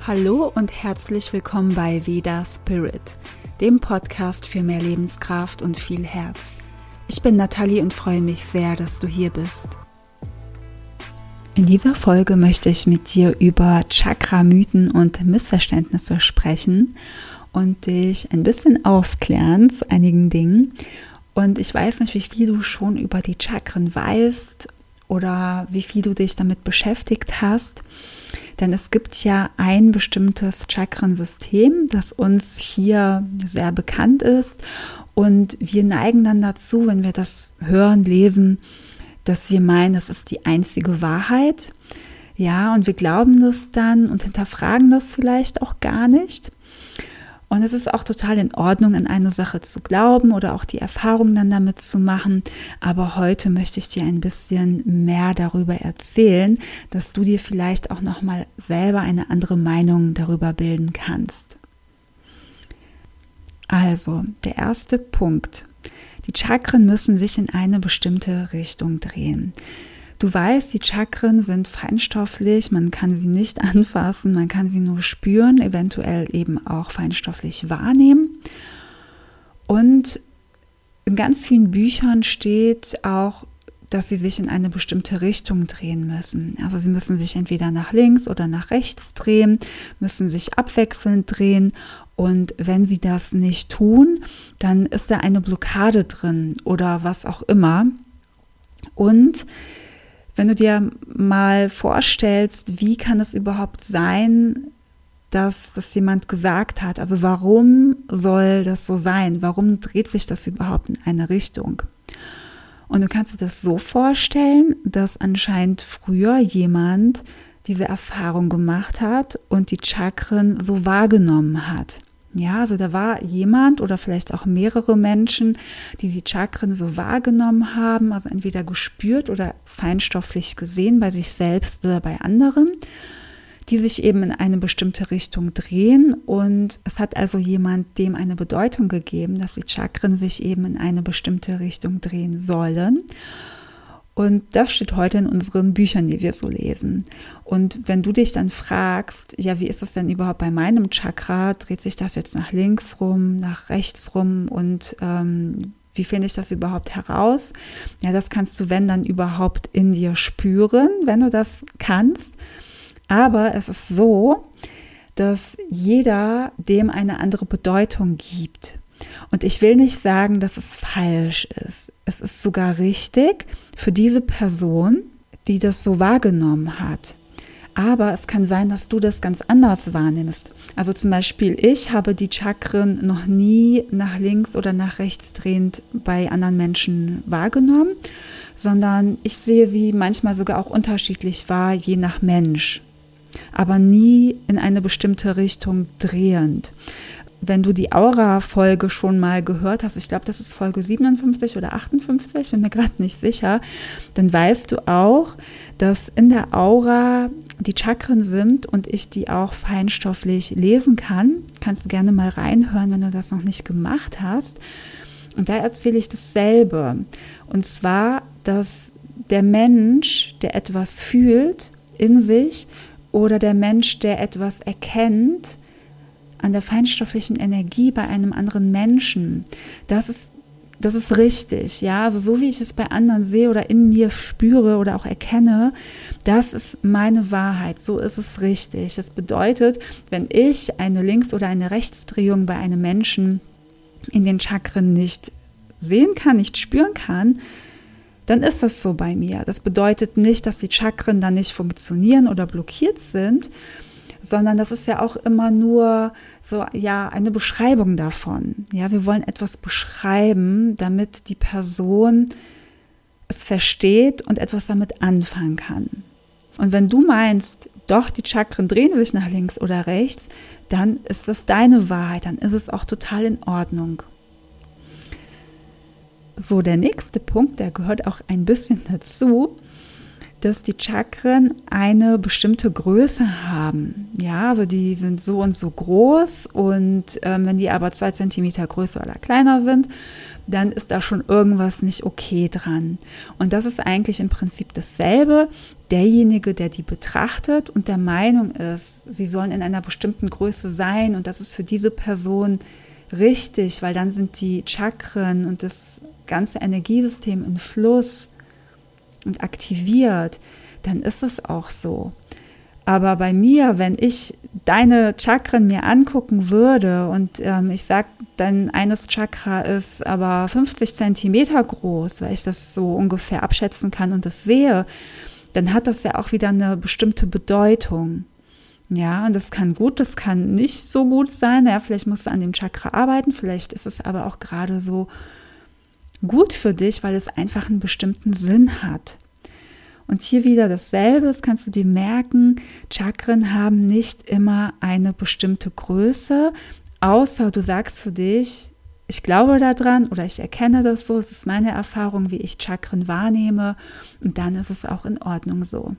Hallo und herzlich willkommen bei Veda Spirit, dem Podcast für mehr Lebenskraft und viel Herz. Ich bin Nathalie und freue mich sehr, dass du hier bist. In dieser Folge möchte ich mit dir über Chakra-Mythen und Missverständnisse sprechen und dich ein bisschen aufklären zu einigen Dingen. Und ich weiß nicht, wie viel du schon über die Chakren weißt oder wie viel du dich damit beschäftigt hast. Denn es gibt ja ein bestimmtes Chakrensystem, das uns hier sehr bekannt ist. Und wir neigen dann dazu, wenn wir das hören, lesen, dass wir meinen, das ist die einzige Wahrheit. Ja, und wir glauben das dann und hinterfragen das vielleicht auch gar nicht. Und es ist auch total in Ordnung, an eine Sache zu glauben oder auch die Erfahrung dann damit zu machen. Aber heute möchte ich dir ein bisschen mehr darüber erzählen, dass du dir vielleicht auch nochmal selber eine andere Meinung darüber bilden kannst. Also, der erste Punkt. Die Chakren müssen sich in eine bestimmte Richtung drehen. Du weißt, die Chakren sind feinstofflich, man kann sie nicht anfassen, man kann sie nur spüren, eventuell eben auch feinstofflich wahrnehmen. Und in ganz vielen Büchern steht auch, dass sie sich in eine bestimmte Richtung drehen müssen. Also sie müssen sich entweder nach links oder nach rechts drehen, müssen sich abwechselnd drehen. Und wenn sie das nicht tun, dann ist da eine Blockade drin oder was auch immer. Und wenn du dir mal vorstellst, wie kann es überhaupt sein, dass das jemand gesagt hat? Also warum soll das so sein? Warum dreht sich das überhaupt in eine Richtung? Und du kannst dir das so vorstellen, dass anscheinend früher jemand diese Erfahrung gemacht hat und die Chakren so wahrgenommen hat. Ja, also da war jemand oder vielleicht auch mehrere Menschen, die Chakren so wahrgenommen haben, also entweder gespürt oder feinstofflich gesehen bei sich selbst oder bei anderen, die sich eben in eine bestimmte Richtung drehen. Und es hat also jemand dem eine Bedeutung gegeben, dass die Chakren sich eben in eine bestimmte Richtung drehen sollen. Und das steht heute in unseren Büchern, die wir so lesen. Und wenn du dich dann fragst, ja, wie ist es denn überhaupt bei meinem Chakra? Dreht sich das jetzt nach links rum, nach rechts rum? Und wie finde ich das überhaupt heraus? Ja, das kannst du, wenn dann überhaupt, in dir spüren, wenn du das kannst. Aber es ist so, dass jeder dem eine andere Bedeutung gibt. Und ich will nicht sagen, dass es falsch ist. Es ist sogar richtig für diese Person, die das so wahrgenommen hat. Aber es kann sein, dass du das ganz anders wahrnimmst. Also zum Beispiel, ich habe die Chakren noch nie nach links oder nach rechts drehend bei anderen Menschen wahrgenommen, sondern ich sehe sie manchmal sogar auch unterschiedlich wahr, je nach Mensch. Aber nie in eine bestimmte Richtung drehend. Wenn du die Aura-Folge schon mal gehört hast, ich glaube, das ist Folge 57 oder 58, bin mir gerade nicht sicher, dann weißt du auch, dass in der Aura die Chakren sind und ich die auch feinstofflich lesen kann. Kannst du gerne mal reinhören, wenn du das noch nicht gemacht hast. Und da erzähle ich dasselbe. Und zwar, dass der Mensch, der etwas fühlt in sich, oder der Mensch, der etwas erkennt, an der feinstofflichen Energie bei einem anderen Menschen, das ist richtig, ja, also so wie ich es bei anderen sehe oder in mir spüre oder auch erkenne, das ist meine Wahrheit, so ist es richtig. Das bedeutet, wenn ich eine Links- oder eine Rechtsdrehung bei einem Menschen in den Chakren nicht sehen kann, nicht spüren kann, dann ist das so bei mir. Das bedeutet nicht, dass die Chakren dann nicht funktionieren oder blockiert sind, sondern das ist ja auch immer nur so, ja, eine Beschreibung davon. Ja, wir wollen etwas beschreiben, damit die Person es versteht und etwas damit anfangen kann. Und wenn du meinst, doch, die Chakren drehen sich nach links oder rechts, dann ist das deine Wahrheit, dann ist es auch total in Ordnung. So, der nächste Punkt, der gehört auch ein bisschen dazu. dass die Chakren eine bestimmte Größe haben. Ja, also die sind so und so groß und wenn die aber 2 Zentimeter größer oder kleiner sind, dann ist da schon irgendwas nicht okay dran. Und das ist eigentlich im Prinzip dasselbe. Derjenige, der die betrachtet und der Meinung ist, sie sollen in einer bestimmten Größe sein und das ist für diese Person richtig, weil dann sind die Chakren und das ganze Energiesystem in Fluss und aktiviert, dann ist es auch so. Aber bei mir, wenn ich deine Chakren mir angucken würde und ich sage, dein eines Chakra ist aber 50 Zentimeter groß, weil ich das so ungefähr abschätzen kann und das sehe, dann hat das ja auch wieder eine bestimmte Bedeutung. Ja, und das kann gut, das kann nicht so gut sein. Ja, vielleicht musst du an dem Chakra arbeiten, vielleicht ist es aber auch gerade so gut für dich, weil es einfach einen bestimmten Sinn hat. Und hier wieder dasselbe, das kannst du dir merken, Chakren haben nicht immer eine bestimmte Größe, außer du sagst für dich, ich glaube daran oder ich erkenne das so, es ist meine Erfahrung, wie ich Chakren wahrnehme und dann ist es auch in Ordnung so.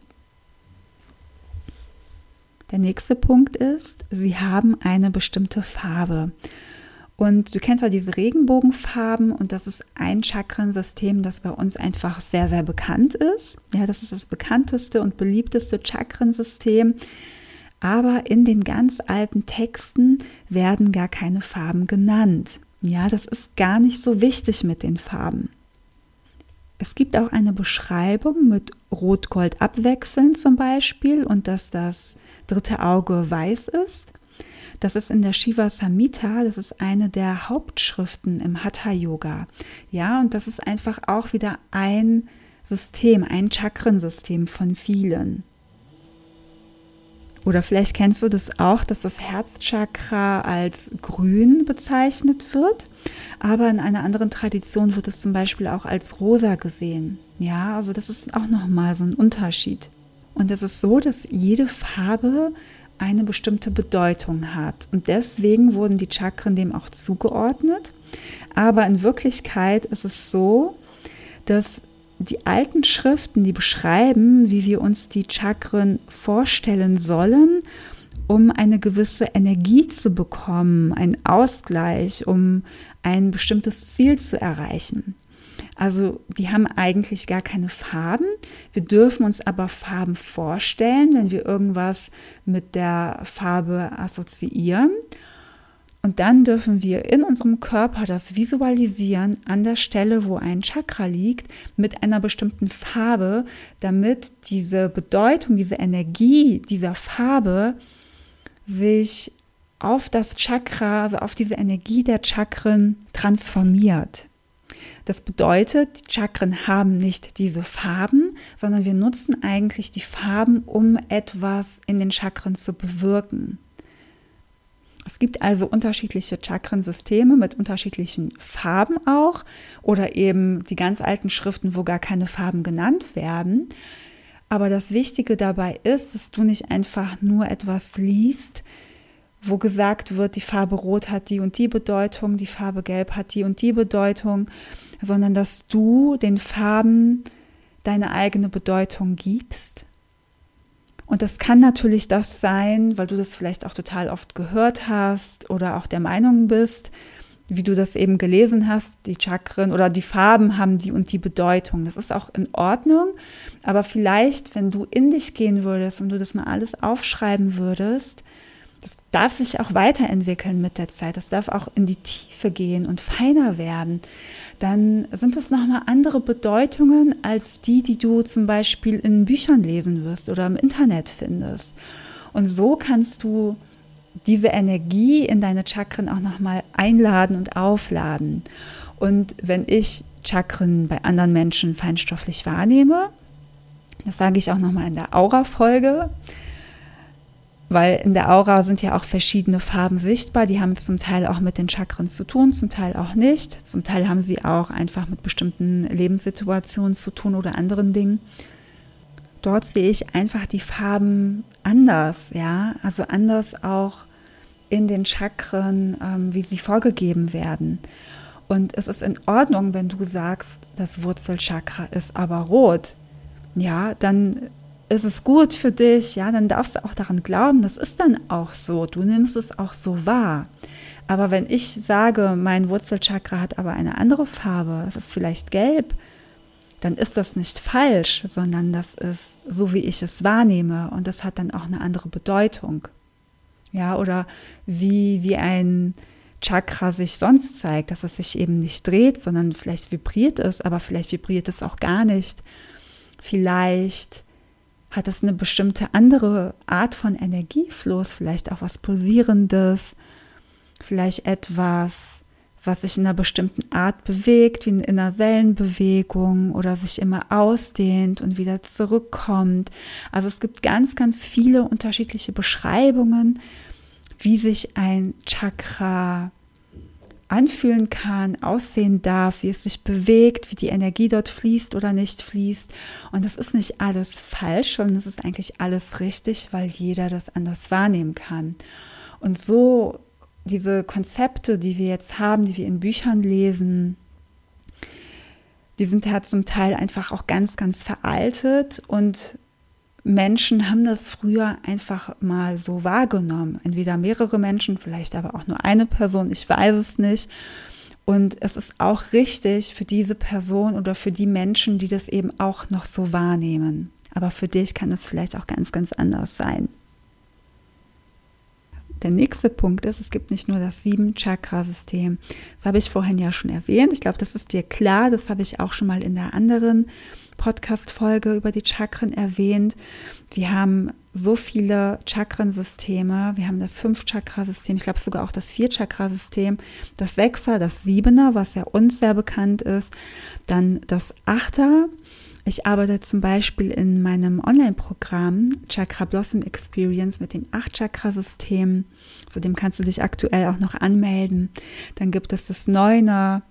Der nächste Punkt ist, sie haben eine bestimmte Farbe. Und du kennst ja diese Regenbogenfarben und das ist ein Chakrensystem, das bei uns einfach sehr, sehr bekannt ist. Ja, das ist das bekannteste und beliebteste Chakrensystem. Aber in den ganz alten Texten werden gar keine Farben genannt. Ja, das ist gar nicht so wichtig mit den Farben. Es gibt auch eine Beschreibung mit Rot-Gold abwechselnd zum Beispiel und dass das dritte Auge weiß ist. Das ist in der Shiva Samhita, das ist eine der Hauptschriften im Hatha-Yoga. Ja, und das ist einfach auch wieder ein System, ein Chakrensystem von vielen. Oder vielleicht kennst du das auch, dass das Herzchakra als grün bezeichnet wird, aber in einer anderen Tradition wird es zum Beispiel auch als rosa gesehen. Ja, also das ist auch nochmal so ein Unterschied. Und es ist so, dass jede Farbe eine bestimmte Bedeutung hat. Und deswegen wurden die Chakren dem auch zugeordnet. Aber in Wirklichkeit ist es so, dass die alten Schriften, die beschreiben, wie wir uns die Chakren vorstellen sollen, um eine gewisse Energie zu bekommen, einen Ausgleich, um ein bestimmtes Ziel zu erreichen. Also die haben eigentlich gar keine Farben. Wir dürfen uns aber Farben vorstellen, wenn wir irgendwas mit der Farbe assoziieren. Und dann dürfen wir in unserem Körper das visualisieren an der Stelle, wo ein Chakra liegt, mit einer bestimmten Farbe, damit diese Bedeutung, diese Energie dieser Farbe sich auf das Chakra, also auf diese Energie der Chakren transformiert. Das bedeutet, die Chakren haben nicht diese Farben, sondern wir nutzen eigentlich die Farben, um etwas in den Chakren zu bewirken. Es gibt also unterschiedliche Chakrensysteme mit unterschiedlichen Farben auch oder eben die ganz alten Schriften, wo gar keine Farben genannt werden. Aber das Wichtige dabei ist, dass du nicht einfach nur etwas liest, wo gesagt wird, die Farbe Rot hat die und die Bedeutung, die Farbe Gelb hat die und die Bedeutung, sondern dass du den Farben deine eigene Bedeutung gibst. Und das kann natürlich das sein, weil du das vielleicht auch total oft gehört hast oder auch der Meinung bist, wie du das eben gelesen hast, die Chakren oder die Farben haben die und die Bedeutung. Das ist auch in Ordnung, aber vielleicht, wenn du in dich gehen würdest und du das mal alles aufschreiben würdest, das darf sich auch weiterentwickeln mit der Zeit, das darf auch in die Tiefe gehen und feiner werden, dann sind das nochmal andere Bedeutungen als die du zum Beispiel in Büchern lesen wirst oder im Internet findest. Und so kannst du diese Energie in deine Chakren auch nochmal einladen und aufladen. Und wenn ich Chakren bei anderen Menschen feinstofflich wahrnehme, das sage ich auch nochmal in der Aura-Folge, weil in der Aura sind ja auch verschiedene Farben sichtbar, die haben zum Teil auch mit den Chakren zu tun, zum Teil auch nicht. Zum Teil haben sie auch einfach mit bestimmten Lebenssituationen zu tun oder anderen Dingen. Dort sehe ich einfach die Farben anders, ja, also anders auch in den Chakren, wie sie vorgegeben werden. Und es ist in Ordnung, wenn du sagst, das Wurzelchakra ist aber rot. ja, dann ist es gut für dich, ja, dann darfst du auch daran glauben, das ist dann auch so, du nimmst es auch so wahr. Aber wenn ich sage, mein Wurzelchakra hat aber eine andere Farbe, es ist vielleicht gelb, dann ist das nicht falsch, sondern das ist so, wie ich es wahrnehme und das hat dann auch eine andere Bedeutung. Ja, oder wie ein Chakra sich sonst zeigt, dass es sich eben nicht dreht, sondern vielleicht vibriert es, aber vielleicht vibriert es auch gar nicht. Vielleicht hat es eine bestimmte andere Art von Energiefluss, vielleicht auch was Pulsierendes, vielleicht etwas, was sich in einer bestimmten Art bewegt, wie in einer Wellenbewegung oder sich immer ausdehnt und wieder zurückkommt. Also es gibt ganz, ganz viele unterschiedliche Beschreibungen, wie sich ein Chakra anfühlen kann, aussehen darf, wie es sich bewegt, wie die Energie dort fließt oder nicht fließt. Und das ist nicht alles falsch, sondern es ist eigentlich alles richtig, weil jeder das anders wahrnehmen kann. Und so diese Konzepte, die wir jetzt haben, die wir in Büchern lesen, die sind ja zum Teil einfach auch ganz, ganz veraltet und Menschen haben das früher einfach mal so wahrgenommen. Entweder mehrere Menschen, vielleicht aber auch nur eine Person, ich weiß es nicht. Und es ist auch richtig für diese Person oder für die Menschen, die das eben auch noch so wahrnehmen. Aber für dich kann es vielleicht auch ganz, ganz anders sein. Der nächste Punkt ist, es gibt nicht nur das 7-Chakra-System. Das habe ich vorhin ja schon erwähnt. Ich glaube, das ist dir klar. Das habe ich auch schon mal in der anderen Podcast-Folge über die Chakren erwähnt. Wir haben so viele Chakrensysteme. Wir haben das 5-Chakra-System, ich glaube sogar auch das 4-Chakra-System, das 6er, das 7er, was ja uns sehr bekannt ist, dann das 8er. Ich arbeite zum Beispiel in meinem Online-Programm Chakra Blossom Experience mit dem 8-Chakra-System. Zudem kannst du dich aktuell auch noch anmelden. Dann gibt es das 9er,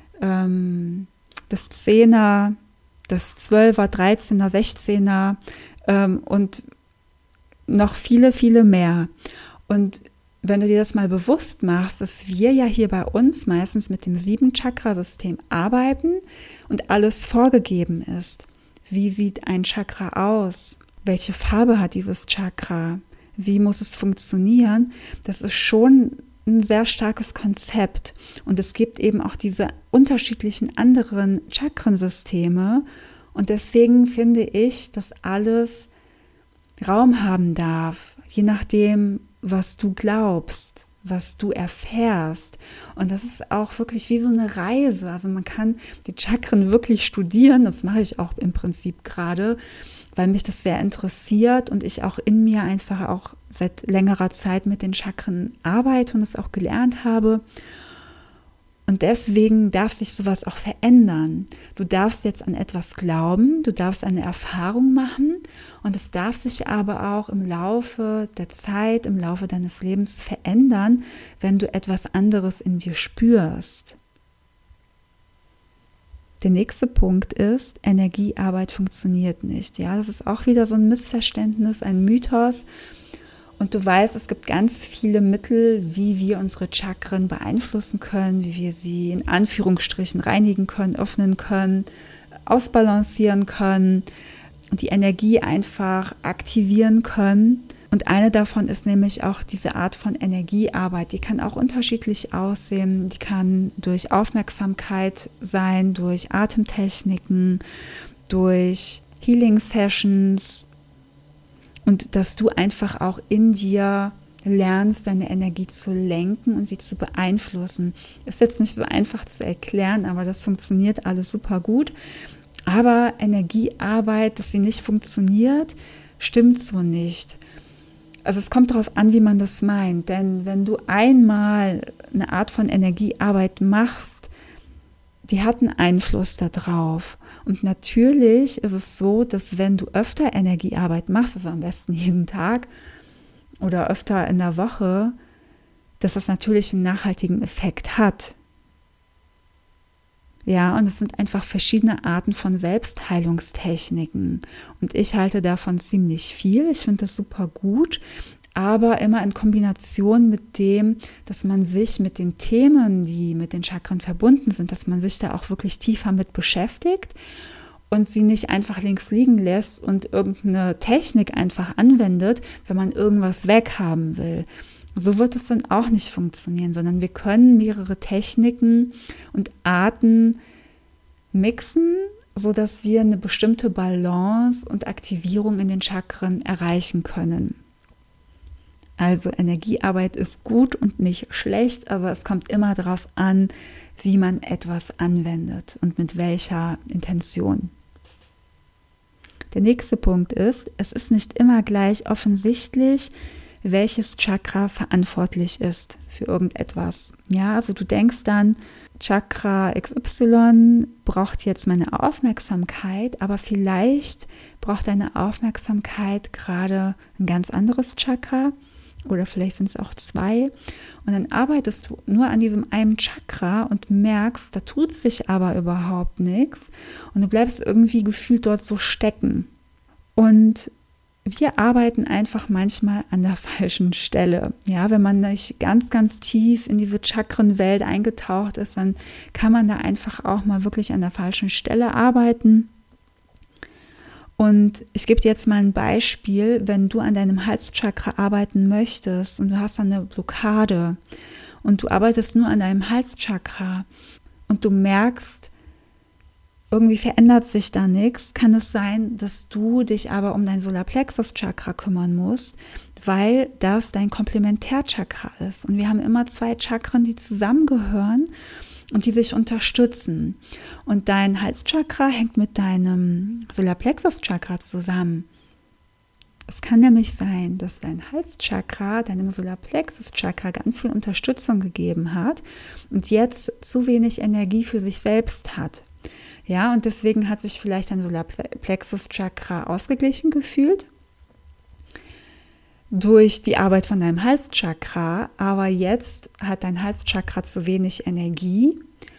das 10er, das 12er, 13er, 16er und noch viele, viele mehr. Und wenn du dir das mal bewusst machst, dass wir ja hier bei uns meistens mit dem 7-Chakra-System arbeiten und alles vorgegeben ist. Wie sieht ein Chakra aus? Welche Farbe hat dieses Chakra? Wie muss es funktionieren? Das ist schon ein sehr starkes Konzept. Und es gibt eben auch diese unterschiedlichen anderen Chakrensysteme. Und deswegen finde ich, dass alles Raum haben darf, je nachdem, was du glaubst, was du erfährst. Und das ist auch wirklich wie so eine Reise. Also man kann die Chakren wirklich studieren. Das mache ich auch im Prinzip gerade, weil mich das sehr interessiert und ich auch in mir einfach auch seit längerer Zeit mit den Chakren arbeite und es auch gelernt habe. Und deswegen darf sich sowas auch verändern. Du darfst jetzt an etwas glauben, du darfst eine Erfahrung machen und es darf sich aber auch im Laufe der Zeit, im Laufe deines Lebens verändern, wenn du etwas anderes in dir spürst. Der nächste Punkt ist, Energiearbeit funktioniert nicht. Ja, das ist auch wieder so ein Missverständnis, ein Mythos. Und du weißt, es gibt ganz viele Mittel, wie wir unsere Chakren beeinflussen können, wie wir sie in Anführungsstrichen reinigen können, öffnen können, ausbalancieren können und die Energie einfach aktivieren können. Und eine davon ist nämlich auch diese Art von Energiearbeit. Die kann auch unterschiedlich aussehen. Die kann durch Aufmerksamkeit sein, durch Atemtechniken, durch Healing-Sessions. Und dass du einfach auch in dir lernst, deine Energie zu lenken und sie zu beeinflussen. Ist jetzt nicht so einfach zu erklären, aber das funktioniert alles super gut. Aber Energiearbeit, dass sie nicht funktioniert, stimmt so nicht. Also es kommt darauf an, wie man das meint. Denn wenn du einmal eine Art von Energiearbeit machst, die hat einen Einfluss darauf. Und natürlich ist es so, dass wenn du öfter Energiearbeit machst, also am besten jeden Tag oder öfter in der Woche, dass das natürlich einen nachhaltigen Effekt hat. Ja, und es sind einfach verschiedene Arten von Selbstheilungstechniken. Und ich halte davon ziemlich viel. Ich finde das super gut. Aber immer in Kombination mit dem, dass man sich mit den Themen, die mit den Chakren verbunden sind, dass man sich da auch wirklich tiefer mit beschäftigt und sie nicht einfach links liegen lässt und irgendeine Technik einfach anwendet, wenn man irgendwas weghaben will. So wird es dann auch nicht funktionieren, sondern wir können mehrere Techniken und Arten mixen, sodass wir eine bestimmte Balance und Aktivierung in den Chakren erreichen können. Also Energiearbeit ist gut und nicht schlecht, aber es kommt immer darauf an, wie man etwas anwendet und mit welcher Intention. Der nächste Punkt ist, es ist nicht immer gleich offensichtlich, welches Chakra verantwortlich ist für irgendetwas. Ja, also du denkst dann, Chakra XY braucht jetzt meine Aufmerksamkeit, aber vielleicht braucht deine Aufmerksamkeit gerade ein ganz anderes Chakra oder vielleicht sind es auch 2 und dann arbeitest du nur an diesem einen Chakra und merkst, da tut sich aber überhaupt nichts und du bleibst irgendwie gefühlt dort so stecken. Und wir arbeiten einfach manchmal an der falschen Stelle. Ja, wenn man nicht ganz, ganz tief in diese Chakrenwelt eingetaucht ist, dann kann man da einfach auch mal wirklich an der falschen Stelle arbeiten. Und ich gebe dir jetzt mal ein Beispiel, wenn du an deinem Halschakra arbeiten möchtest und du hast dann eine Blockade und du arbeitest nur an deinem Halschakra und du merkst, irgendwie verändert sich da nichts, kann es sein, dass du dich aber um dein Solarplexus-Chakra kümmern musst, weil das dein Komplementärchakra ist. Und wir haben immer 2 Chakren, die zusammengehören und die sich unterstützen. Und dein Halschakra hängt mit deinem Solarplexus-Chakra zusammen. Es kann nämlich sein, dass dein Halschakra deinem Solarplexus-Chakra ganz viel Unterstützung gegeben hat und jetzt zu wenig Energie für sich selbst hat. Ja, und deswegen hat sich vielleicht dein Solarplexus-Chakra ausgeglichen gefühlt durch die Arbeit von deinem Halschakra, aber jetzt hat dein Halschakra zu wenig Energie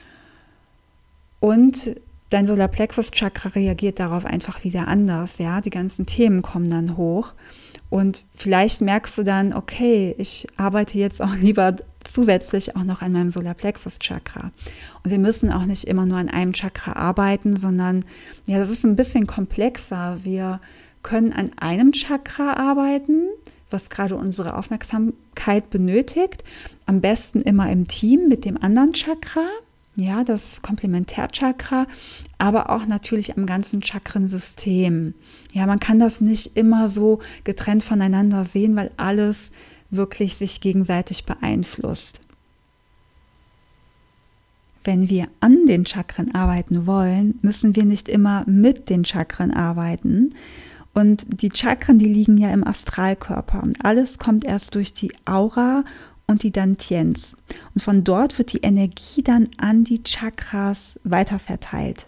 und dein Solarplexus-Chakra reagiert darauf einfach wieder anders. Ja, die ganzen Themen kommen dann hoch und vielleicht merkst du dann, okay, ich arbeite jetzt auch lieber zusätzlich auch noch an meinem Solarplexus-Chakra. Und wir müssen auch nicht immer nur an einem Chakra arbeiten, sondern ja, das ist ein bisschen komplexer. Wir können an einem Chakra arbeiten, was gerade unsere Aufmerksamkeit benötigt. Am besten immer im Team mit dem anderen Chakra, ja, das Komplementärchakra, aber auch natürlich am ganzen Chakrensystem. Ja, man kann das nicht immer so getrennt voneinander sehen, weil alles wirklich sich gegenseitig beeinflusst. Wenn wir an den Chakren arbeiten wollen, müssen wir nicht immer mit den Chakren arbeiten. Und die Chakren, die liegen ja im Astralkörper. Und alles kommt erst durch die Aura und die Dantiens. Und von dort wird die Energie dann an die Chakras weiterverteilt.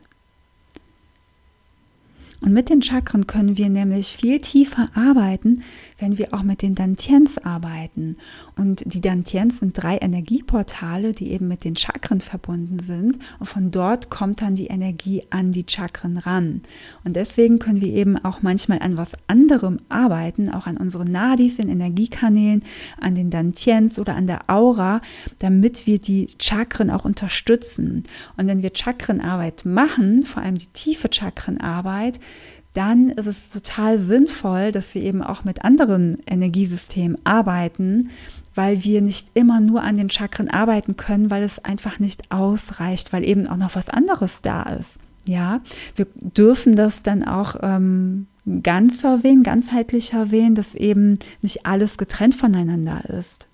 Und mit den Chakren können wir nämlich viel tiefer arbeiten, wenn wir auch mit den Dantiens arbeiten. Und die Dantiens sind 3 Energieportale, die eben mit den Chakren verbunden sind. Und von dort kommt dann die Energie an die Chakren ran. Und deswegen können wir eben auch manchmal an was anderem arbeiten, auch an unseren Nadis, den Energiekanälen, an den Dantiens oder an der Aura, damit wir die Chakren auch unterstützen. Und wenn wir Chakrenarbeit machen, vor allem die tiefe Chakrenarbeit, dann ist es total sinnvoll, dass wir eben auch mit anderen Energiesystemen arbeiten, weil wir nicht immer nur an den Chakren arbeiten können, weil es einfach nicht ausreicht, weil eben auch noch was anderes da ist. Ja, wir dürfen das dann auch ganzheitlicher sehen, dass eben nicht alles getrennt voneinander ist.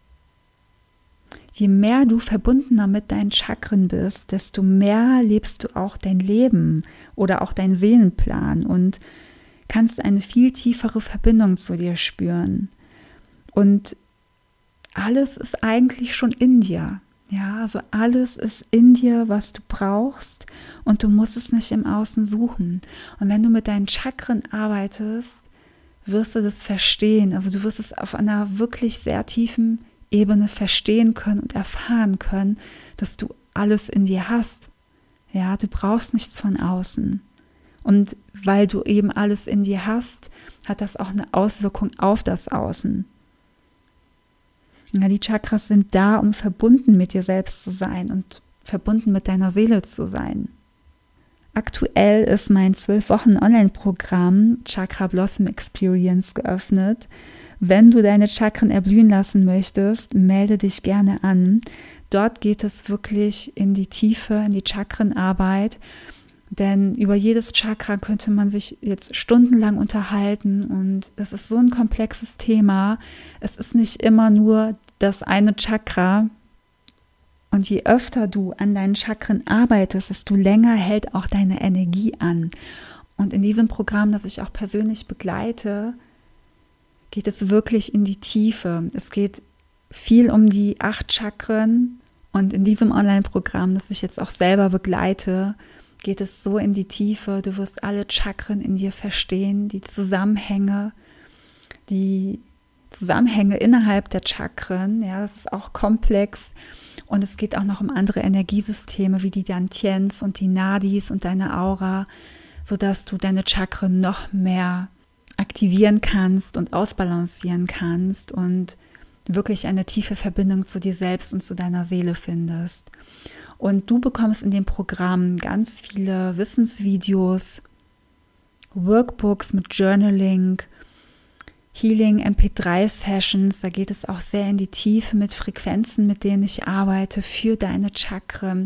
Je mehr du verbundener mit deinen Chakren bist, desto mehr lebst du auch dein Leben oder auch deinen Seelenplan und kannst eine viel tiefere Verbindung zu dir spüren. Und alles ist eigentlich schon in dir. Ja, also alles ist in dir, was du brauchst und du musst es nicht im Außen suchen. Und wenn du mit deinen Chakren arbeitest, wirst du das verstehen. Also du wirst es auf einer wirklich sehr tiefen Ebene verstehen können und erfahren können, dass du alles in dir hast. Ja, du brauchst nichts von außen. Und weil du eben alles in dir hast, hat das auch eine Auswirkung auf das Außen. Ja, die Chakras sind da, um verbunden mit dir selbst zu sein und verbunden mit deiner Seele zu sein. Aktuell ist mein 12 Wochen Online-Programm Chakra Blossom Experience geöffnet. Wenn du deine Chakren erblühen lassen möchtest, melde dich gerne an. Dort geht es wirklich in die Tiefe, in die Chakrenarbeit. Denn über jedes Chakra könnte man sich jetzt stundenlang unterhalten und das ist so ein komplexes Thema. Es ist nicht immer nur das eine Chakra. Und je öfter du an deinen Chakren arbeitest, desto länger hält auch deine Energie an. Und in diesem Programm, das ich auch persönlich begleite, geht es wirklich in die Tiefe. Es geht viel um die 8 Chakren. Und in diesem Online-Programm, das ich jetzt auch selber begleite, geht es so in die Tiefe. Du wirst alle Chakren in dir verstehen, die Zusammenhänge innerhalb der Chakren. Ja, das ist auch komplex. Und es geht auch noch um andere Energiesysteme wie die Dantians und die Nadis und deine Aura, sodass du deine Chakren noch mehr aktivieren kannst und ausbalancieren kannst und wirklich eine tiefe Verbindung zu dir selbst und zu deiner Seele findest. Und du bekommst in dem Programm ganz viele Wissensvideos, Workbooks mit Journaling, Healing, MP3-Sessions. Da geht es auch sehr in die Tiefe mit Frequenzen, mit denen ich arbeite für deine Chakren,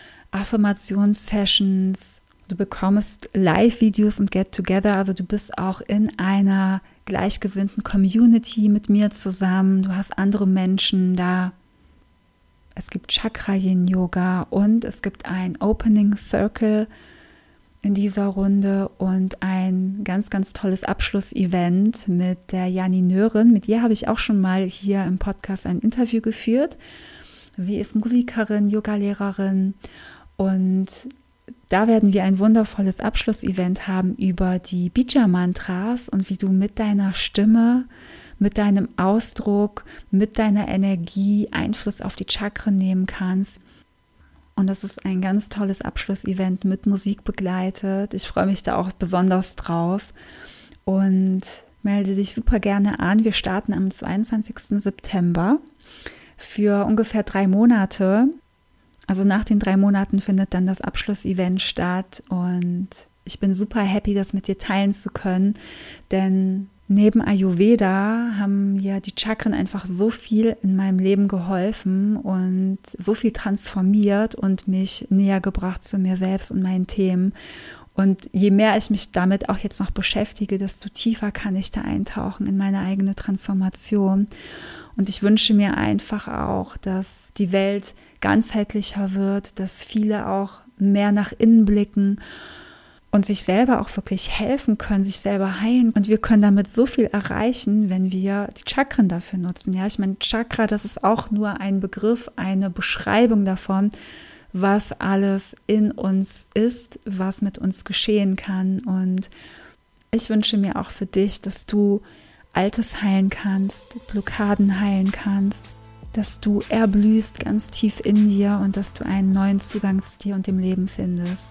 Affirmations-Sessions. Du bekommst Live-Videos und Get-Together, also du bist auch in einer gleichgesinnten Community mit mir zusammen. Du hast andere Menschen da. Es gibt Chakra-Yin-Yoga und es gibt ein Opening Circle in dieser Runde und ein ganz, ganz tolles Abschlussevent mit der Janni Nören. Mit ihr habe ich auch schon mal hier im Podcast ein Interview geführt. Sie ist Musikerin, Yogalehrerin und da werden wir ein wundervolles Abschlussevent haben über die Bija-Mantras und wie du mit deiner Stimme, mit deinem Ausdruck, mit deiner Energie Einfluss auf die Chakren nehmen kannst. Und das ist ein ganz tolles Abschlussevent mit Musik begleitet. Ich freue mich da auch besonders drauf und melde dich super gerne an. Wir starten am 22. September für ungefähr 3 Monate. Also nach den 3 Monaten findet dann das Abschlussevent statt und ich bin super happy, das mit dir teilen zu können, denn neben Ayurveda haben ja die Chakren einfach so viel in meinem Leben geholfen und so viel transformiert und mich näher gebracht zu mir selbst und meinen Themen. Und je mehr ich mich damit auch jetzt noch beschäftige, desto tiefer kann ich da eintauchen in meine eigene Transformation. Und ich wünsche mir einfach auch, dass die Welt ganzheitlicher wird, dass viele auch mehr nach innen blicken und sich selber auch wirklich helfen können, sich selber heilen. Und wir können damit so viel erreichen, wenn wir die Chakren dafür nutzen. Ja, ich meine, Chakra, das ist auch nur ein Begriff, eine Beschreibung davon, was alles in uns ist, was mit uns geschehen kann. Und ich wünsche mir auch für dich, dass du Altes heilen kannst, Blockaden heilen kannst, dass du erblühst ganz tief in dir und dass du einen neuen Zugang zu dir und dem Leben findest.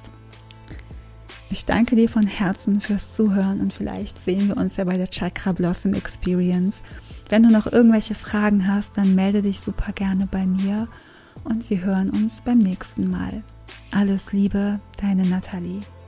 Ich danke dir von Herzen fürs Zuhören und vielleicht sehen wir uns ja bei der Chakra Blossom Experience. Wenn du noch irgendwelche Fragen hast, dann melde dich super gerne bei mir und wir hören uns beim nächsten Mal. Alles Liebe, deine Nathalie.